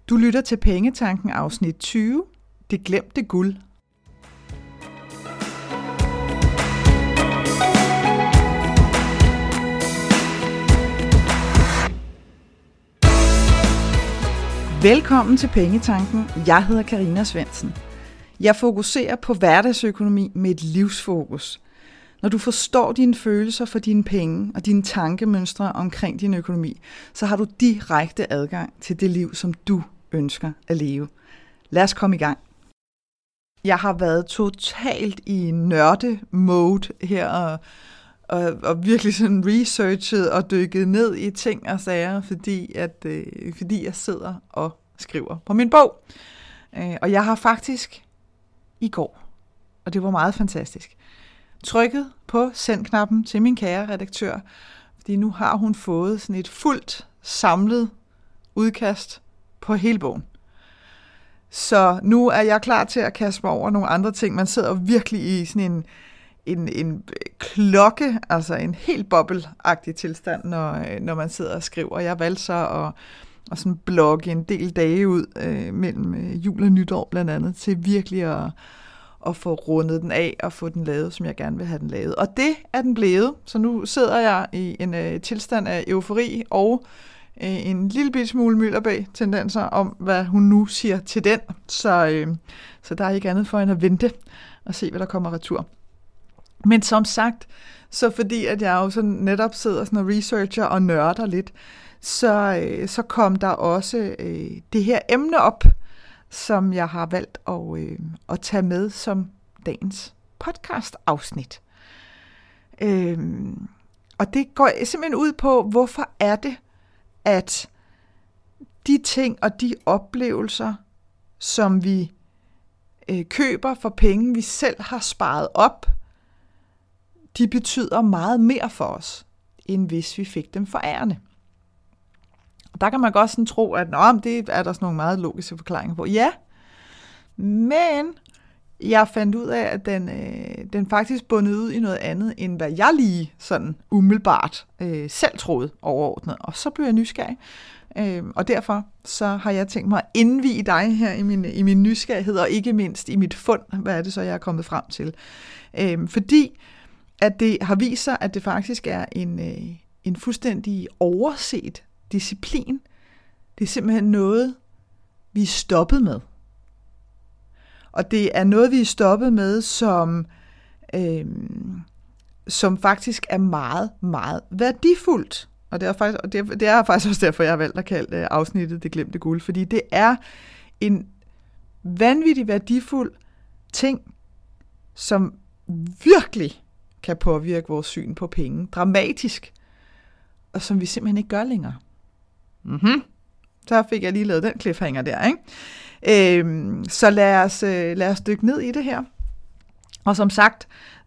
Du lytter til Pengetanken afsnit 20, Det glemte guld. Velkommen til Pengetanken. Jeg hedder Karina Svendsen. Jeg fokuserer på hverdagsøkonomi med et livsfokus. Når du forstår dine følelser for dine penge og dine tankemønstre omkring din økonomi, så har du direkte adgang til det liv, som du ønsker at leve. Lad os komme i gang. Jeg har været totalt i nørde-mode her og virkelig sådan researchet og dykket ned i ting og sager, fordi jeg sidder og skriver på min bog. Og jeg har faktisk i går, og det var meget fantastisk, trykket på send-knappen til min kære redaktør, fordi nu har hun fået sådan et fuldt samlet udkast på hele bogen. Så nu er jeg klar til at kaste mig over nogle andre ting. Man sidder virkelig i sådan en klokke, altså en helt bobbelagtig tilstand, når man sidder og skriver. Jeg valgte så at sådan blogge en del dage ud mellem jul og nytår blandt andet, til virkelig at få rundet den af og få den lavet, som jeg gerne vil have den lavet. Og det er den blevet, så nu sidder jeg i en tilstand af eufori og en lille bitte smule mylderbag-tendenser om, hvad hun nu siger til den. Så der er ikke andet for end at vente og se, hvad der kommer retur. Men som sagt, så fordi at jeg jo sådan netop sidder sådan og researcher og nørder lidt, så kom der også det her emne op, som jeg har valgt at tage med som dagens podcast-afsnit. Og det går simpelthen ud på, hvorfor er det, at de ting og de oplevelser, som vi køber for penge, vi selv har sparet op, de betyder meget mere for os, end hvis vi fik dem forærende. Og der kan man godt sådan tro, at det er der sådan nogle meget logiske forklaringer på. Ja, men jeg fandt ud af, at den faktisk bundet ud i noget andet, end hvad jeg lige sådan umiddelbart selv troede overordnet. Og så blev jeg nysgerrig. Og derfor så har jeg tænkt mig at indvie dig her i min nysgerrighed, og ikke mindst i mit fund. Hvad er det så, jeg er kommet frem til? Fordi at det har vist sig, at det faktisk er en fuldstændig overset disciplin. Det er simpelthen noget, vi er stoppet med. Og det er noget, vi er stoppet med, som faktisk er meget, meget værdifuldt. Og det er faktisk også derfor, jeg har valgt at kalde afsnittet Det glemte guld. Fordi det er en vanvittig værdifuld ting, som virkelig kan påvirke vores syn på penge dramatisk, og som vi simpelthen ikke gør længere. Så fik jeg lige lavet den cliffhanger der, ikke? Så lad os dykke ned i det her. Og som sagt,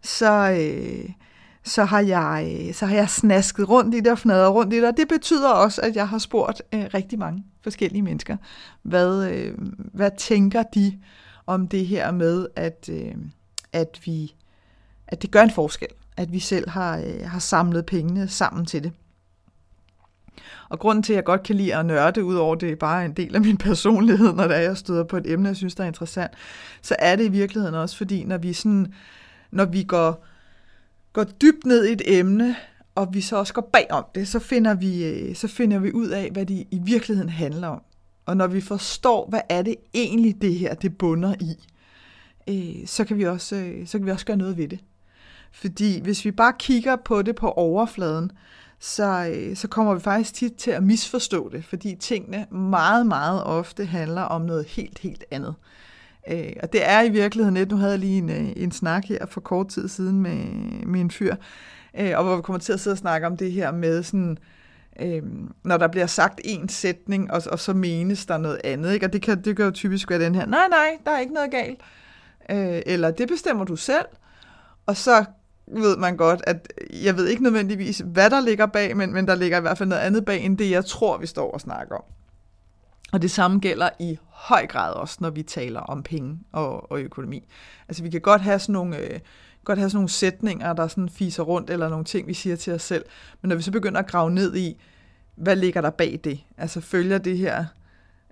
så har jeg snasket rundt i det og fnadret rundt i det, og det betyder også, at jeg har spurgt rigtig mange forskellige mennesker, hvad tænker de om det her med, at det gør en forskel, at vi selv har samlet pengene sammen til det. Og grunden til, at jeg godt kan lide at nørde, udover det er bare en del af min personlighed, når jeg støder på et emne, jeg synes, der er interessant, så er det i virkeligheden også, fordi når vi går dybt ned i et emne, og vi så også går bagom det, så finder vi ud af, hvad det i virkeligheden handler om. Og når vi forstår, hvad er det egentlig det her, det bunder i, så kan vi også gøre noget ved det. Fordi hvis vi bare kigger på det på overfladen, så kommer vi faktisk tit til at misforstå det, fordi tingene meget, meget ofte handler om noget helt, helt andet. Og det er i virkeligheden lidt, nu havde jeg lige en snak her for kort tid siden med en fyr, og hvor vi kommer til at sidde og snakke om det her med sådan, når der bliver sagt en sætning, og så menes der noget andet, ikke? Og det kan jo typisk være den her, nej, der er ikke noget galt, eller det bestemmer du selv, og så ved man godt, at jeg ved ikke nødvendigvis, hvad der ligger bag, men der ligger i hvert fald noget andet bag, end det, jeg tror, vi står og snakker om. Og det samme gælder i høj grad også, når vi taler om penge og økonomi. Altså vi kan godt have sådan nogle sætninger, der sådan fiser rundt, eller nogle ting, vi siger til os selv. Men når vi så begynder at grave ned i, hvad ligger der bag det? Altså følger det her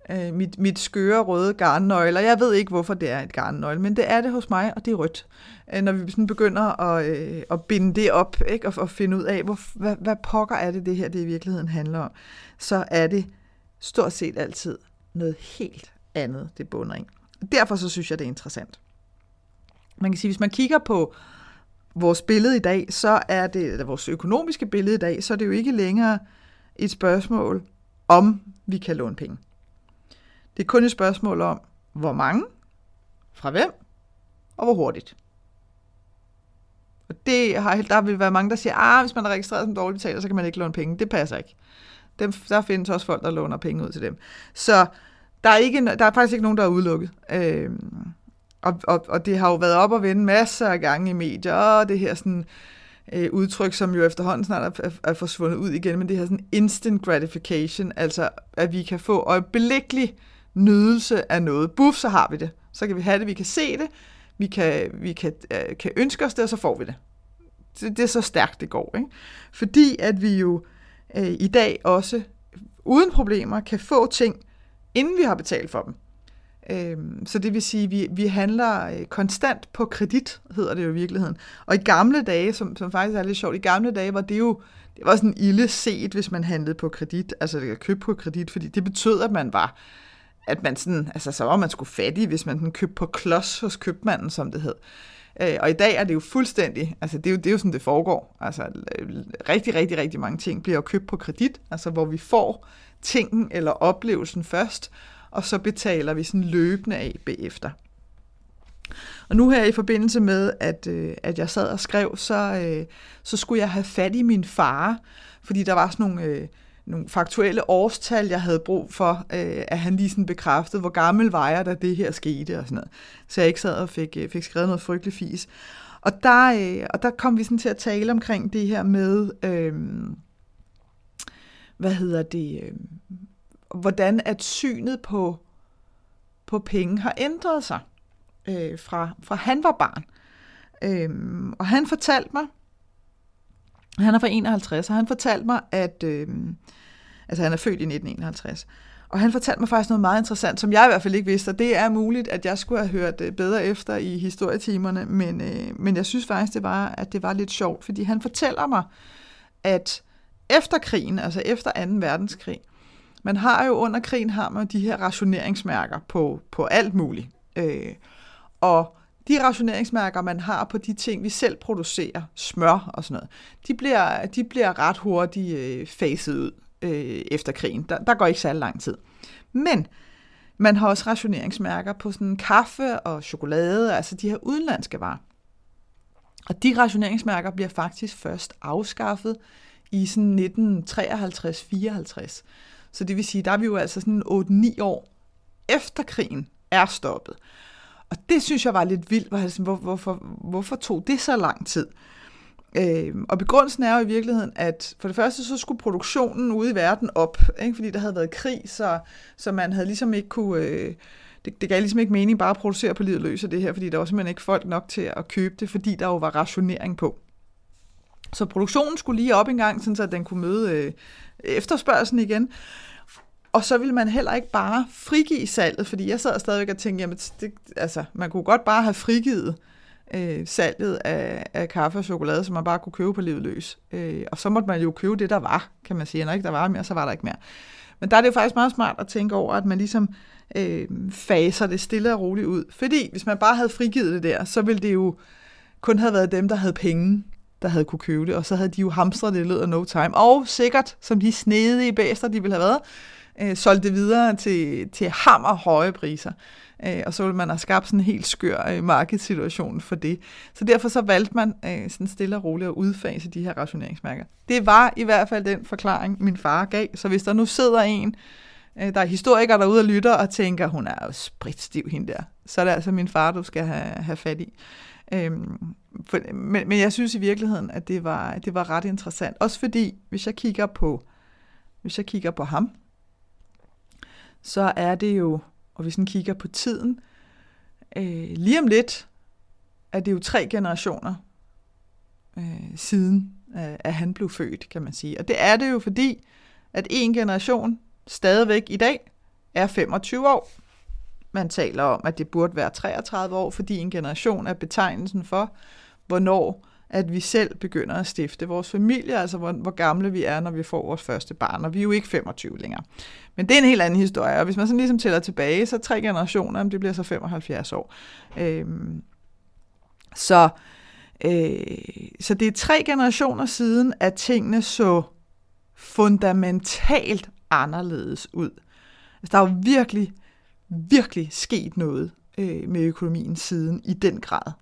mit skøre røde garnnøgle, og jeg ved ikke, hvorfor det er et garnnøgle, men det er det hos mig, og det er rødt. Når vi sådan begynder at binde det op, ikke, og finde ud af, hvad pokker er det her, det i virkeligheden handler om, så er det stort set altid noget helt andet, det bunder i. Derfor så synes jeg, det er interessant. Man kan sige, hvis man kigger på vores billede i dag, så er det, eller vores økonomiske billede i dag, så er det jo ikke længere et spørgsmål om vi kan låne penge. Det er kun et spørgsmål om, hvor mange, fra hvem, og hvor hurtigt. Og der vil være mange, der siger, hvis man er registreret som dårlig betaler, så kan man ikke låne penge. Det passer ikke. Der findes også folk, der låner penge ud til dem. Så der er faktisk ikke nogen, der er udelukket. Og det har jo været op og vende masser af gange i medier, og det her sådan udtryk, som jo efterhånden snart er forsvundet ud igen, men det her sådan instant gratification, altså at vi kan få øjeblikkelig nydelse af noget. Buff, så har vi det. Så kan vi have det, vi kan se det, vi kan ønske os det, og så får vi det. Det er så stærkt, det går, ikke? Fordi at vi jo i dag også uden problemer kan få ting, inden vi har betalt for dem. Så det vil sige, at vi handler konstant på kredit, hedder det jo i virkeligheden. Og i gamle dage, som faktisk er lidt sjovt, i gamle dage var det var sådan ilde set, hvis man handlede på kredit, altså det købte på kredit, fordi det betød, at man sådan, altså så var man sgu fattig, hvis man sådan købte på klods hos købmanden, som det hed. Og i dag er det jo fuldstændig, altså det er jo sådan, det foregår. Altså rigtig, rigtig, rigtig mange ting bliver jo købt på kredit, altså hvor vi får tingen eller oplevelsen først, og så betaler vi sådan løbende af bagefter. Og nu her i forbindelse med, at jeg sad og skrev, så skulle jeg have fat i min far, fordi der var sådan nogle faktuelle årstal, jeg havde brug for, at han lige sådan bekræftede, hvor gammel var jeg, da det her skete og sådan noget. Så jeg ikke sad og fik skrevet noget frygteligt fis. Og der kom vi sådan til at tale omkring det her med, hvordan at synet på penge har ændret sig, fra han var barn. Og han fortalte mig, han er fra 51, og han fortalte mig, at altså han er født i 1951, og han fortalte mig faktisk noget meget interessant, som jeg i hvert fald ikke vidste, og det er muligt, at jeg skulle have hørt bedre efter i historietimerne, men jeg synes faktisk, at det var lidt sjovt, fordi han fortæller mig, at efter krigen, altså efter 2. verdenskrig, man har jo under krigen har man de her rationeringsmærker på alt muligt. Og de rationeringsmærker, man har på de ting, vi selv producerer, smør og sådan noget, de bliver ret hurtigt faset ud efter krigen. Der går ikke særlig lang tid. Men man har også rationeringsmærker på sådan kaffe og chokolade, altså de her udenlandske varer. Og de rationeringsmærker bliver faktisk først afskaffet i sådan 1953-54. Så det vil sige, der er vi jo altså sådan 8-9 år efter krigen er stoppet. Og det synes jeg var lidt vildt. Hvorfor tog det så lang tid? Og begrundelsen er jo i virkeligheden, at for det første så skulle produktionen ude i verden op, ikke? Fordi der havde været krig, så man havde ligesom ikke kunne... Det gav ligesom ikke mening bare at producere på livet løs af det her, fordi der var simpelthen ikke folk nok til at købe det, fordi der jo var rationering på. Så produktionen skulle lige op en gang, sådan så den kunne møde efterspørgslen igen. Og så ville man heller ikke bare frigive salget, fordi jeg sad stadigvæk og tænkte, jamen man kunne godt bare have frigivet salget af kaffe og chokolade, som man bare kunne købe på livet løs. Og så måtte man jo købe det, der var, kan man sige. Når ikke der var mere, så var der ikke mere. Men der er det jo faktisk meget smart at tænke over, at man ligesom faser det stille og roligt ud. Fordi hvis man bare havde frigivet det der, så ville det jo kun have været dem, der havde penge, der havde kunne købe det, og så havde de jo hamstret det i løbet af no time. Og sikkert, som de snedige bæster, de ville have været, solgt det videre til hammerhøje priser. Og så ville man have skabt sådan en helt skør markedssituation for det. Så derfor så valgte man sådan stille og roligt at udfase de her rationeringsmærker. Det var i hvert fald den forklaring, min far gav. Så hvis der nu sidder en, der er historiker derude og lytter og tænker, hun er jo spritstiv hende der, så er det altså min far, du skal have fat i. Men jeg synes i virkeligheden, at det var ret interessant. Også fordi, hvis jeg kigger på ham, så er det jo, og hvis man kigger på tiden, lige om lidt, er det jo 3 generationer siden, at han blev født, kan man sige. Og det er det jo fordi, at en generation stadigvæk i dag er 25 år. Man taler om, at det burde være 33 år, fordi en generation er betegnelsen for, hvornår at vi selv begynder at stifte vores familie, altså hvor gamle vi er, når vi får vores første barn, og vi er jo ikke 25 længere. Men det er en helt anden historie, og hvis man sådan ligesom tæller tilbage, så 3 generationer, det bliver så 75 år. Så det er 3 generationer siden, at tingene så fundamentalt anderledes ud. Altså, der er jo virkelig, virkelig sket noget med økonomien siden i den grad.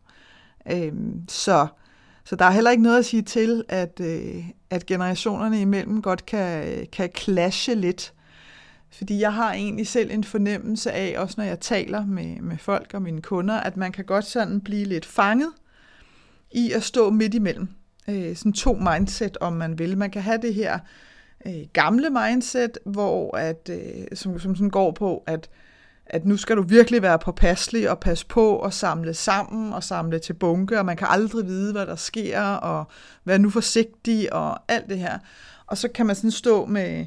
Så der er heller ikke noget at sige til, at generationerne imellem godt kan clashe lidt. Fordi jeg har egentlig selv en fornemmelse af, også når jeg taler med folk og mine kunder, at man kan godt sådan blive lidt fanget i at stå midt imellem. Sådan 2 mindset, om man vil. Man kan have det her gamle mindset, hvor som sådan går på, at nu skal du virkelig være påpasselig og passe på og samle sammen og samle til bunke, og man kan aldrig vide, hvad der sker, og være nu forsigtig og alt det her. Og så kan man sådan stå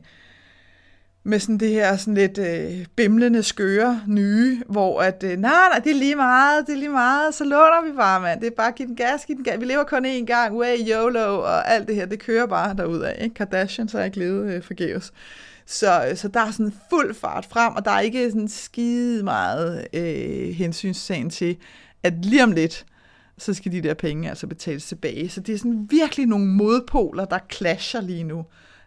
med sådan det her sådan lidt bimlende skøre nye, hvor nej, det er lige meget, så låner vi bare, mand. Det er bare giv den gas. Vi lever kun én gang, way YOLO, og alt det her, det kører bare derudad, ikke? Kardashian, så har ikke levet forgæves. Så der er sådan fuld fart frem, og der er ikke sådan skide meget hensynstagen til, at lige om lidt, så skal de der penge altså betales tilbage. Så det er sådan virkelig nogle modpoler, der clasher lige nu,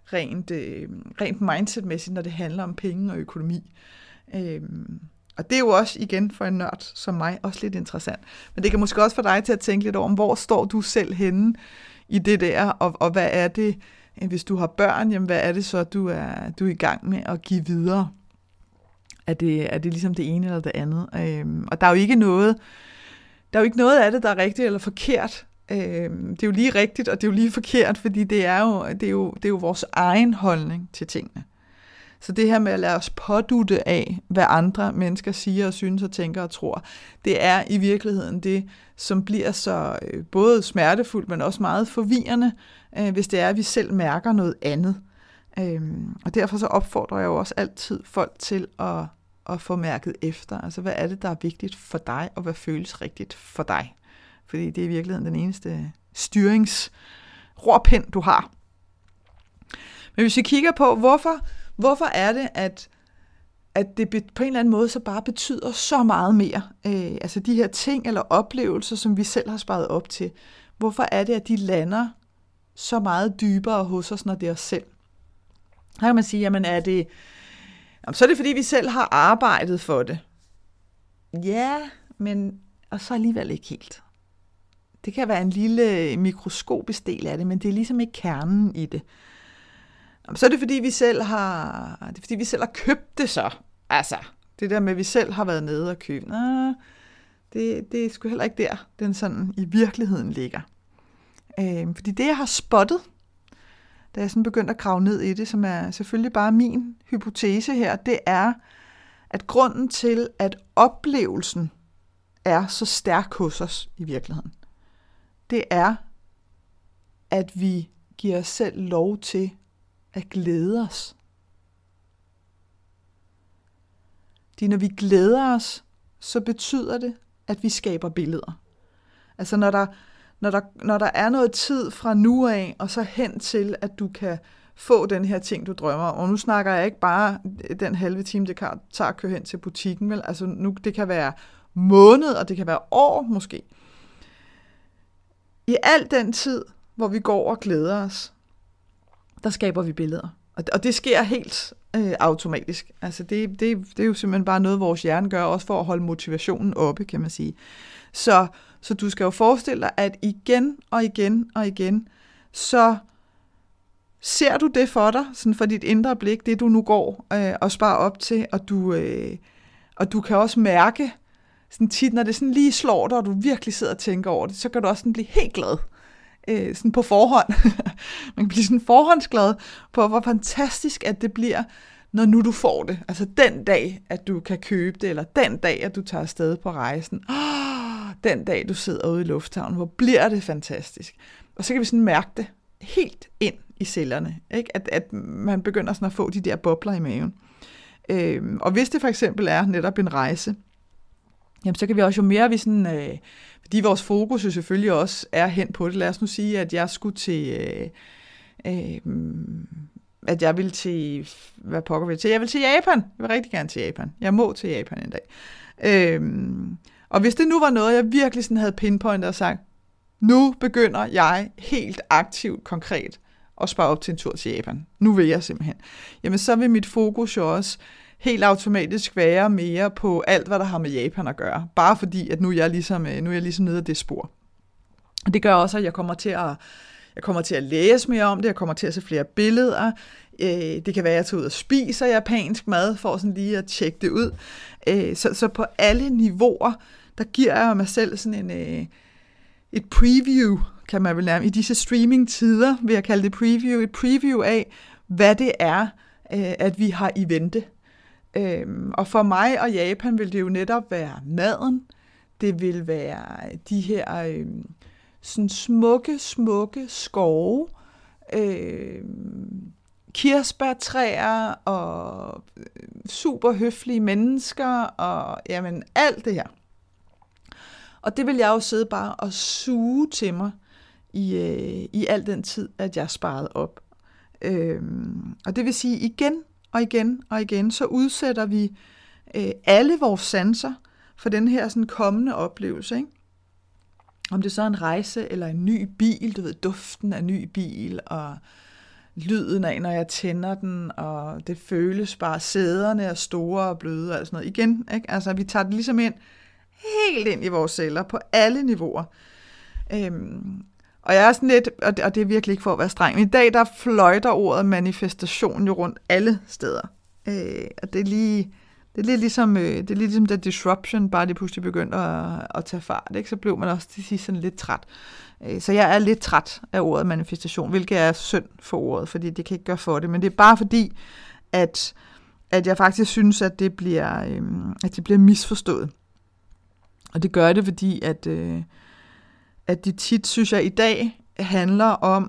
rent mindsetmæssigt, når det handler om penge og økonomi. Og det er jo også, igen, for en nørd som mig, også lidt interessant. Men det kan måske også få dig til at tænke lidt over, hvor står du selv henne i det der, og hvad er det, hvis du har børn, jamen hvad er det så, du er i gang med at give videre? Er det ligesom det ene eller det andet? Og der er jo ikke noget af det, der er rigtigt eller forkert. Det er jo lige rigtigt, og det er jo lige forkert, fordi det er jo vores egen holdning til tingene. Så det her med at lade os pådutte af, hvad andre mennesker siger og synes og tænker og tror, det er i virkeligheden det, som bliver så både smertefuldt, men også meget forvirrende, hvis det er, at vi selv mærker noget andet. Og derfor så opfordrer jeg jo også altid folk til at få mærket efter. Altså, hvad er det, der er vigtigt for dig, og hvad føles rigtigt for dig? Fordi det er i virkeligheden den eneste styringsrorpind, du har. Men hvis vi kigger på, hvorfor er det, at det på en eller anden måde så bare betyder så meget mere? Altså de her ting eller oplevelser, som vi selv har sparet op til. Hvorfor er det, at de lander så meget dybere hos os, når det er os selv? Her kan man sige, jamen så er det fordi, vi selv har arbejdet for det. Ja, men og så alligevel ikke helt. Det kan være en lille mikroskopisk del af det, men det er ligesom ikke kernen i det. Så er det fordi, vi selv har købt det så. Altså, det der med, at vi selv har været nede og købt. Det er sgu heller ikke der, den sådan i virkeligheden ligger. Fordi det, jeg har spottet, da jeg sådan begyndte at grave ned i det, som er selvfølgelig bare min hypotese her, det er, at grunden til, at oplevelsen er så stærk hos os i virkeligheden, det er, at vi giver os selv lov til at glæde os. Fordi når vi glæder os, så betyder det, at vi skaber billeder. Altså når der er noget tid fra nu af, og så hen til, at du kan få den her ting, du drømmer om. Og nu snakker jeg ikke bare den halve time, det tager at køre hen til butikken. Vel? Altså nu, det kan være måned, og det kan være år måske. I al den tid, hvor vi går og glæder os, der skaber vi billeder. Og det sker helt automatisk. Altså det er jo simpelthen bare noget, vores hjerne gør, også for at holde motivationen oppe, kan man sige. Så du skal jo forestille dig, at igen og igen og igen, så ser du det for dig, sådan for dit indre blik, det du nu går og sparer op til, og du kan også mærke, sådan tit, når det sådan lige slår dig, og du virkelig sidder og tænker over det, så kan du også sådan blive helt glad. Sådan på forhånd. Man kan blive sådan forhåndsglad på, hvor fantastisk at det bliver, når nu du får det. Altså den dag, at du kan købe det, eller den dag, at du tager afsted på rejsen. Den dag, du sidder ude i lufthavnen, hvor bliver det fantastisk. Og så kan vi sådan mærke det helt ind i cellerne. Ikke? At man begynder sådan at få de der bobler i maven. Og hvis det for eksempel er netop en rejse, jamen så kan vi også, jo mere vi sådan, fordi vores fokus jo selvfølgelig også er hen på det. Lad os nu sige, at jeg skulle til, at jeg vil til, hvad pokker vi til? Jeg vil til Japan. Jeg vil rigtig gerne til Japan. Jeg må til Japan en dag. Og hvis det nu var noget, jeg virkelig sådan havde pinpointet og sagt, nu begynder jeg helt aktivt, konkret at spare op til en tur til Japan. Nu vil jeg simpelthen. Jamen så vil mit fokus jo også helt automatisk være mere på alt, hvad der har med Japan at gøre. Bare fordi, at nu er jeg ligesom nede af det spor. Og det gør også, at jeg kommer til at læse mere om det, jeg kommer til at se flere billeder. Det kan være, at jeg tager ud og spiser japansk mad, for sådan lige at tjekke det ud. Så på alle niveauer, der giver jeg mig selv sådan et preview, kan man vel nærmest, i disse streaming-tider, vil jeg kalde det preview, et preview af, hvad det er, at vi har i vente. Og for mig og Japan vil det jo netop være maden, det vil være de her sådan smukke skove, kirsebærtræer og super høflige mennesker og jamen alt det her. Og det vil jeg jo sidde bare og suge til mig i al den tid, at jeg sparede op. Og det vil sige igen, så udsætter vi alle vores sanser for den her sådan kommende oplevelse, ikke? Om det så er en rejse eller en ny bil, du ved, duften af en ny bil, og lyden af, når jeg tænder den, og det føles bare, sæderne er store og bløde og alt sådan noget. Igen, ikke? Altså vi tager det ligesom helt ind i vores celler på alle niveauer. Og jeg er sådan lidt, og det er virkelig ikke for at være streng, men i dag der fløjter ordet manifestation jo rundt alle steder. Og det er lidt ligesom da disruption bare det pludselig begyndte at tage fart, ikke? Så blev man også til sidst sådan lidt træt. Så jeg er lidt træt af ordet manifestation, hvilket er synd for ordet, fordi det kan ikke gøre for det, men det er bare fordi, at jeg faktisk synes, at det bliver misforstået. Og det gør det, fordi at det tit, synes jeg, i dag handler om,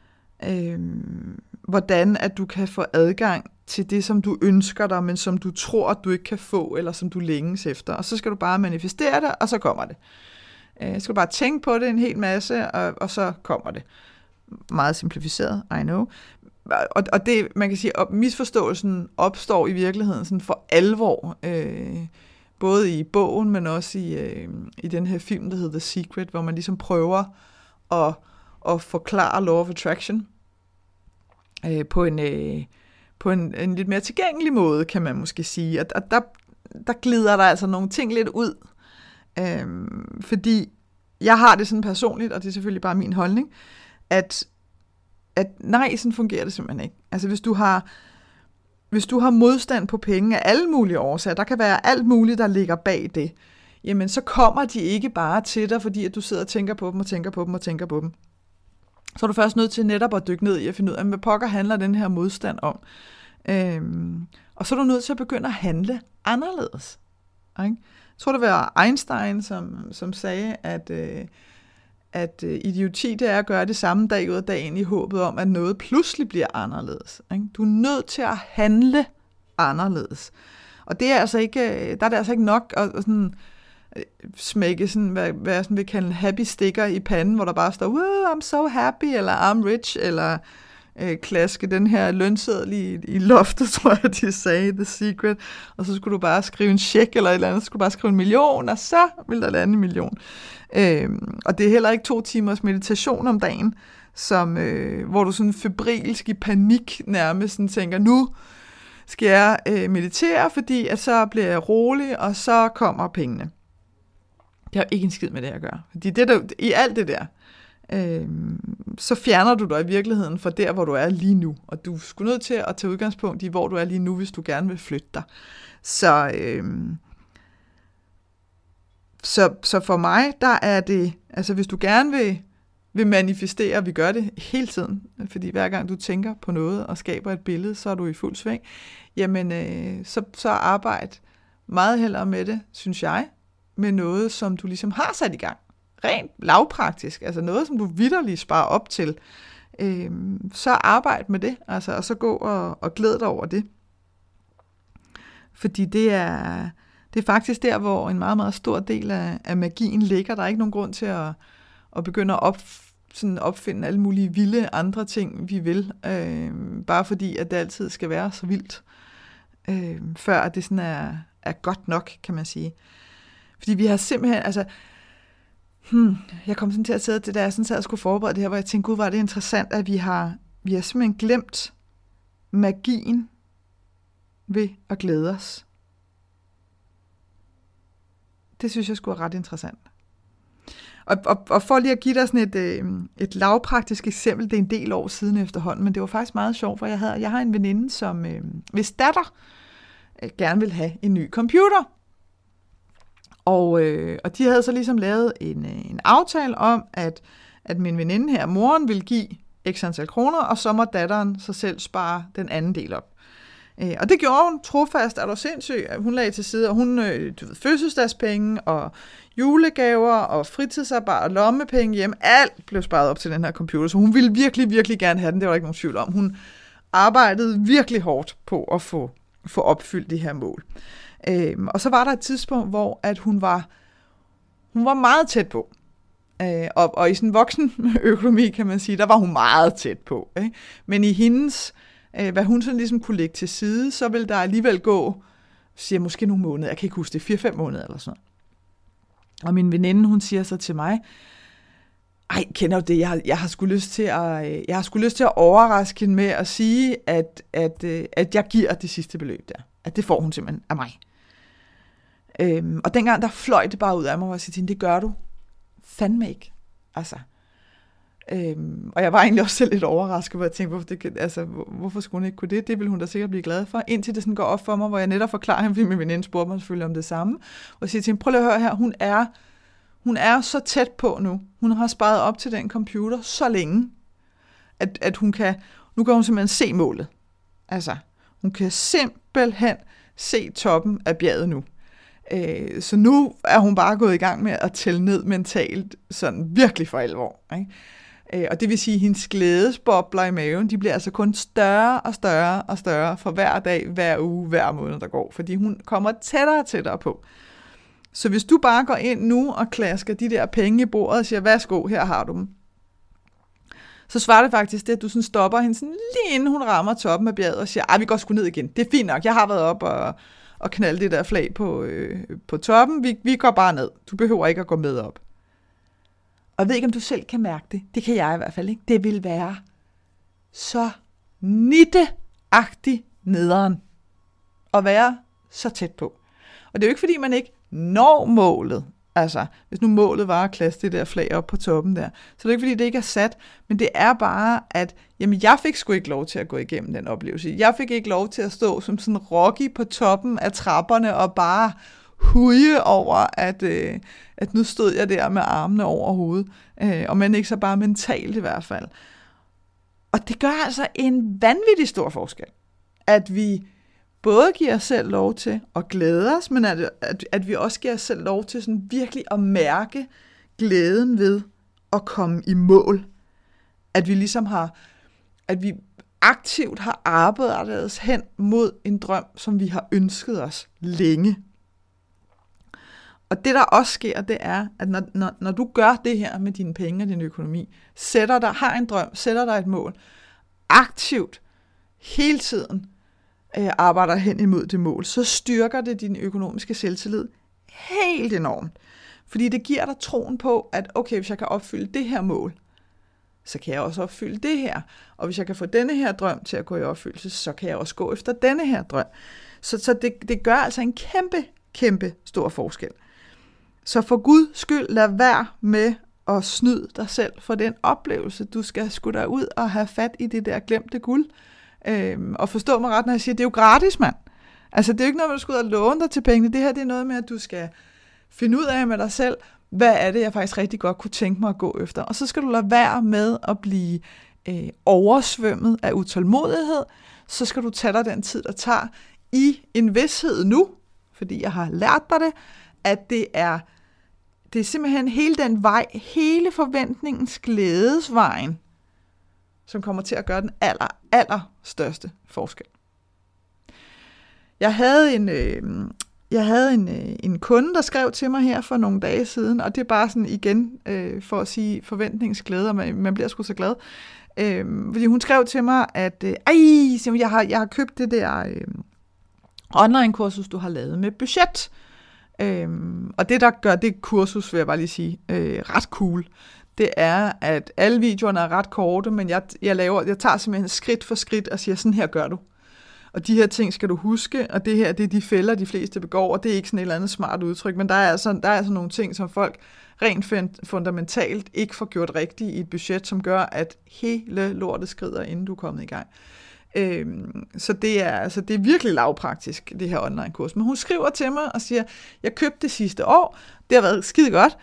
hvordan at du kan få adgang til det, som du ønsker dig, men som du tror, at du ikke kan få, eller som du længes efter. Og så skal du bare manifestere det, og så kommer det. Så skal du bare tænke på det en hel masse, og så kommer det. Meget simplificeret, I know. Og det, man kan sige, at misforståelsen opstår i virkeligheden sådan for alvor, både i bogen, men også i den her film, der hedder The Secret, hvor man ligesom prøver at forklare Law of Attraction på en lidt mere tilgængelig måde, kan man måske sige. Og der glider der altså nogle ting lidt ud. Fordi jeg har det sådan personligt, og det er selvfølgelig bare min holdning, at nej, sådan fungerer det simpelthen ikke. Altså hvis du har modstand på penge af alle mulige årsager, der kan være alt muligt, der ligger bag det, jamen så kommer de ikke bare til dig, fordi at du sidder og tænker på dem, og tænker på dem, og tænker på dem. Så er du først nødt til netop at dykke ned i at finde ud af, hvad pokker handler den her modstand om. Og så er du nødt til at begynde at handle anderledes. Ikke? Jeg tror, det var Einstein, som sagde, at idioti, det er at gøre det samme dag ud af dagen i håbet om, at noget pludselig bliver anderledes. Ikke? Du er nødt til at handle anderledes. Og det er altså ikke, der er det altså ikke nok at sådan smække sådan, hvad jeg sådan vil kalde en happy sticker i panden, hvor der bare står, wow, I'm so happy, eller I'm rich, eller klaske den her lønseddel i loftet, tror jeg, de sagde, The Secret, og så skulle du bare skrive en check eller et eller andet, så skulle du bare skrive 1 million, og så ville der lande 1 million. Og det er heller ikke 2 timers meditation om dagen, hvor du sådan febrilsk i panik nærmest sådan tænker, nu skal jeg meditere, fordi at så bliver jeg rolig, og så kommer pengene. Det har ikke en skid med det at gøre. Fordi i alt det der, så fjerner du dig i virkeligheden fra der, hvor du er lige nu. Og du er nødt til at tage udgangspunkt i, hvor du er lige nu, hvis du gerne vil flytte dig. Så for mig, der er det, altså hvis du gerne vil manifestere, vi gør det hele tiden, fordi hver gang du tænker på noget og skaber et billede, så er du i fuld sving, jamen så arbejde meget hellere med det, synes jeg, med noget, som du ligesom har sat i gang. Rent lavpraktisk, altså noget, som du vitterligt sparer op til, så arbejd med det, altså, og så gå og glæde dig over det. Fordi det er faktisk der, hvor en meget, meget stor del af magien ligger. Der er ikke nogen grund til at begynde at opfinde alle mulige vilde andre ting, vi vil. Bare fordi, at det altid skal være så vildt. Før at det sådan er godt nok, kan man sige. Fordi vi har simpelthen, altså, jeg kom sådan til at sidde det, da jeg sådan sad og skulle forberede det her, hvor jeg tænkte, gud, var det interessant, at vi har simpelthen glemt magien ved at glæde os. Det synes jeg skulle være ret interessant. Og for lige at give dig sådan et lavpraktisk eksempel, det er en del år siden efterhånden, men det var faktisk meget sjovt, for jeg har en veninde, som hvis datter gerne vil have en ny computer. Og de havde så ligesom lavet en aftale om, at min veninde her, moren, ville give x antal kroner, og så må datteren så selv spare den anden del op. Og det gjorde hun trofast, er du sindssyg. Hun lagde til side, og hun fødselsdagspenge og julegaver og fritidsarbejde og lommepenge hjem. Alt blev sparet op til den her computer, så hun ville virkelig, virkelig gerne have den. Det var ikke nogen tvivl om. Hun arbejdede virkelig hårdt på at få opfyldt de her mål. Og så var der et tidspunkt, hvor at hun var meget tæt på. Og i sådan en voksen økonomi, kan man sige, der var hun meget tæt på. Ikke? Men i hendes, hvad hun sådan ligesom kunne lægge til side, så ville der alligevel gå, siger måske nogle måneder, jeg kan ikke huske det, 4-5 måneder eller sådan noget. Og min veninde, hun siger så til mig, ej, kender du det, jeg har sgu lyst til at overraske hende med at sige, at jeg giver det sidste beløb der. At det får hun simpelthen af mig. Og dengang, der fløj det bare ud af mig, og jeg siger til hende, det gør du fandme ikke. Altså. Og jeg var egentlig også selv lidt overrasket, hvor jeg tænkte, hvorfor skulle hun ikke kunne det? Det ville hun da sikkert blive glad for. Indtil det sådan går op for mig, hvor jeg netop forklarer hende, fordi min veninde spurgte mig selvfølgelig om det samme. Og jeg siger til hende, prøv lige at høre her, hun er så tæt på nu. Hun har sparet op til den computer så længe, at nu kan hun simpelthen se målet. Altså, hun kan simpelthen se toppen af bjerget nu. Så nu er hun bare gået i gang med at tælle ned mentalt, sådan virkelig for alvor. Ikke? Og det vil sige, at hendes glædesbobler i maven, de bliver altså kun større og større og større for hver dag, hver uge, hver måned, der går. Fordi hun kommer tættere og tættere på. Så hvis du bare går ind nu og klasker de der penge i bordet og siger, værsgo, her har du dem. Så svarer det faktisk det, at du sådan stopper hende sådan lige inden hun rammer toppen af bjerget og siger, vi går sgu ned igen. Det er fint nok, jeg har været op og knalde det der flag på toppen. Vi går bare ned. Du behøver ikke at gå med op. Og jeg ved ikke, om du selv kan mærke det. Det kan jeg i hvert fald ikke. Det vil være så nitteagtigt nederen at være så tæt på. Og det er jo ikke, fordi man ikke når målet. Altså, hvis nu målet var at klasse det der flag op på toppen der, så det er ikke, fordi det ikke er sat, men det er bare, at jamen, jeg fik sgu ikke lov til at gå igennem den oplevelse. Jeg fik ikke lov til at stå som sådan Rocky på toppen af trapperne og bare huge over, at nu stod jeg der med armene over hovedet, og men ikke så bare mentalt i hvert fald. Og det gør altså en vanvittig stor forskel, at vi både giver os selv lov til at glæde os, men at vi også giver os selv lov til sådan virkelig at mærke glæden ved at komme i mål. At vi ligesom at vi aktivt har arbejdet os hen mod en drøm, som vi har ønsket os længe. Og det der også sker, det er, at når du gør det her med dine penge og din økonomi, har en drøm, sætter dig et mål, aktivt, hele tiden, arbejder hen imod det mål, så styrker det din økonomiske selvtillid helt enormt. Fordi det giver dig troen på, at okay, hvis jeg kan opfylde det her mål, så kan jeg også opfylde det her. Og hvis jeg kan få denne her drøm til at gå i opfyldelse, så kan jeg også gå efter denne her drøm. Så det gør altså en kæmpe, kæmpe stor forskel. Så for Guds skyld, lad være med at snyde dig selv for den oplevelse. Du skal sgu da ud og have fat i det der glemte guld. Og forstå mig ret, når jeg siger, det er jo gratis, mand. Altså, det er jo ikke noget, du skal ud og låne dig til pengene. Det her, det er noget med, at du skal finde ud af med dig selv, hvad er det, jeg faktisk rigtig godt kunne tænke mig at gå efter. Og så skal du lade være med at blive oversvømmet af utålmodighed. Så skal du tage dig den tid, der tager i en vished nu, fordi jeg har lært dig det, at det er simpelthen hele den vej, hele forventningens glædesvejen, som kommer til at gøre den aller største forskel. Jeg havde en kunde, der skrev til mig her for nogle dage siden, og det er bare sådan igen for at sige forventningsglæde, og man bliver sgu så glad. Fordi hun skrev til mig, at jeg har købt det der online-kursus, du har lavet med budget. Og det, der gør det kursus, vil jeg bare lige sige, ret cool, det er, at alle videoerne er ret korte, men jeg tager simpelthen skridt for skridt og siger, sådan her gør du. Og de her ting skal du huske, og det her, det er de fælder, de fleste begår, og det er ikke sådan et eller andet smart udtryk, men der er altså nogle ting, som folk rent fundamentalt ikke får gjort rigtigt i et budget, som gør, at hele lortet skrider, inden du er kommet i gang. Så det er virkelig lavpraktisk, det her online-kurs. Men hun skriver til mig og siger, jeg købte det sidste år, det har været skide godt,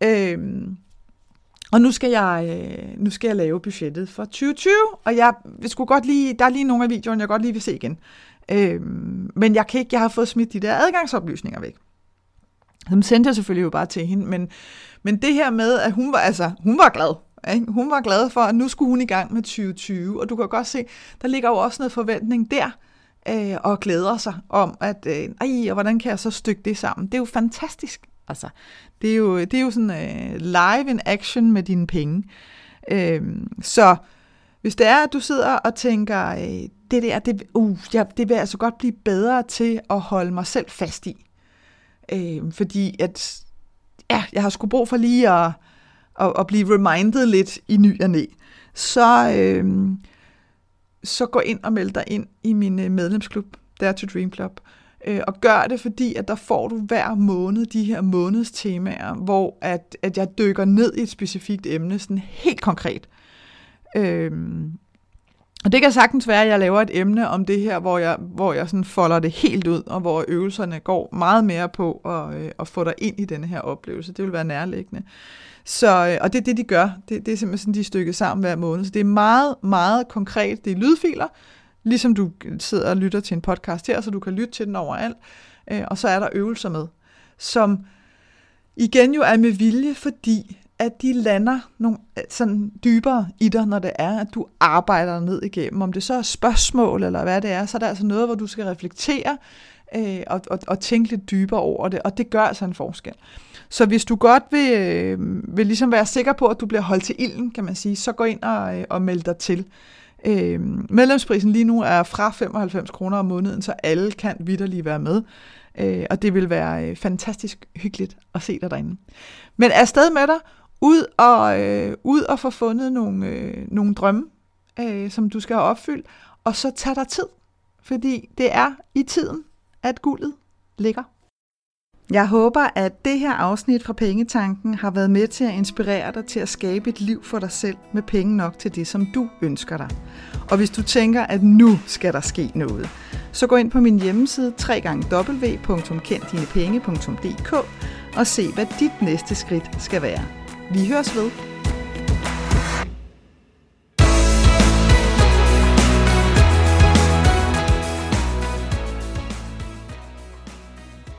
og nu skal jeg lave budgettet for 2020, og jeg skulle godt lige, der er lige nogle af videoerne, jeg godt lige vil se igen. Men jeg har fået smidt de der adgangsoplysninger væk. Dem sendte jeg selvfølgelig jo bare til hende, men det her med, at hun var glad. Ikke? Hun var glad for, at nu skulle hun i gang med 2020, og du kan godt se, der ligger jo også noget forventning der, og glæder sig om, at og hvordan kan jeg så stykke det sammen? Det er jo fantastisk. Altså, det er jo sådan live in action med dine penge. Så hvis det er, at du sidder og tænker, det vil jeg altså godt blive bedre til at holde mig selv fast i. Fordi at, jeg har sgu brug for lige at blive reminded lidt i ny og næ. Så gå ind og meld dig ind i min medlemsklub, Dare to Dream Club. Og gør det, fordi at der får du hver måned de her månedstemaer, hvor at jeg dykker ned i et specifikt emne, sådan helt konkret. Og det kan sagtens være, at jeg laver et emne om det her, hvor jeg sådan folder det helt ud, og hvor øvelserne går meget mere på at få dig ind i denne her oplevelse. Det vil være nærliggende. Så, og det er det, de gør. Det er simpelthen sådan, de er stykket sammen hver måned. Så det er meget, meget konkret. Det er lydfiler, ligesom du sidder og lytter til en podcast her, så du kan lytte til den overalt. Og så er der øvelser med, som igen jo er med vilje, fordi at de lander nogle, sådan dybere i dig, når det er, at du arbejder ned igennem. Om det så er spørgsmål, eller hvad det er, så er der altså noget, hvor du skal reflektere og tænke lidt dybere over det, og det gør altså en forskel. Så hvis du godt vil ligesom være sikker på, at du bliver holdt til ilden, kan man sige, så gå ind og meld dig til. Medlemsprisen lige nu er fra 95 kroner om måneden, så alle kan vitterligt være med. Og det vil være fantastisk hyggeligt at se dig derinde. Men afsted med dig, ud og få fundet nogle drømme, som du skal have opfyldt, og så tag dig tid, fordi det er i tiden, at guldet ligger. Jeg håber, at det her afsnit fra Pengetanken har været med til at inspirere dig til at skabe et liv for dig selv med penge nok til det, som du ønsker dig. Og hvis du tænker, at nu skal der ske noget, så gå ind på min hjemmeside www.kenddinepenge.dk og se, hvad dit næste skridt skal være. Vi høres ved.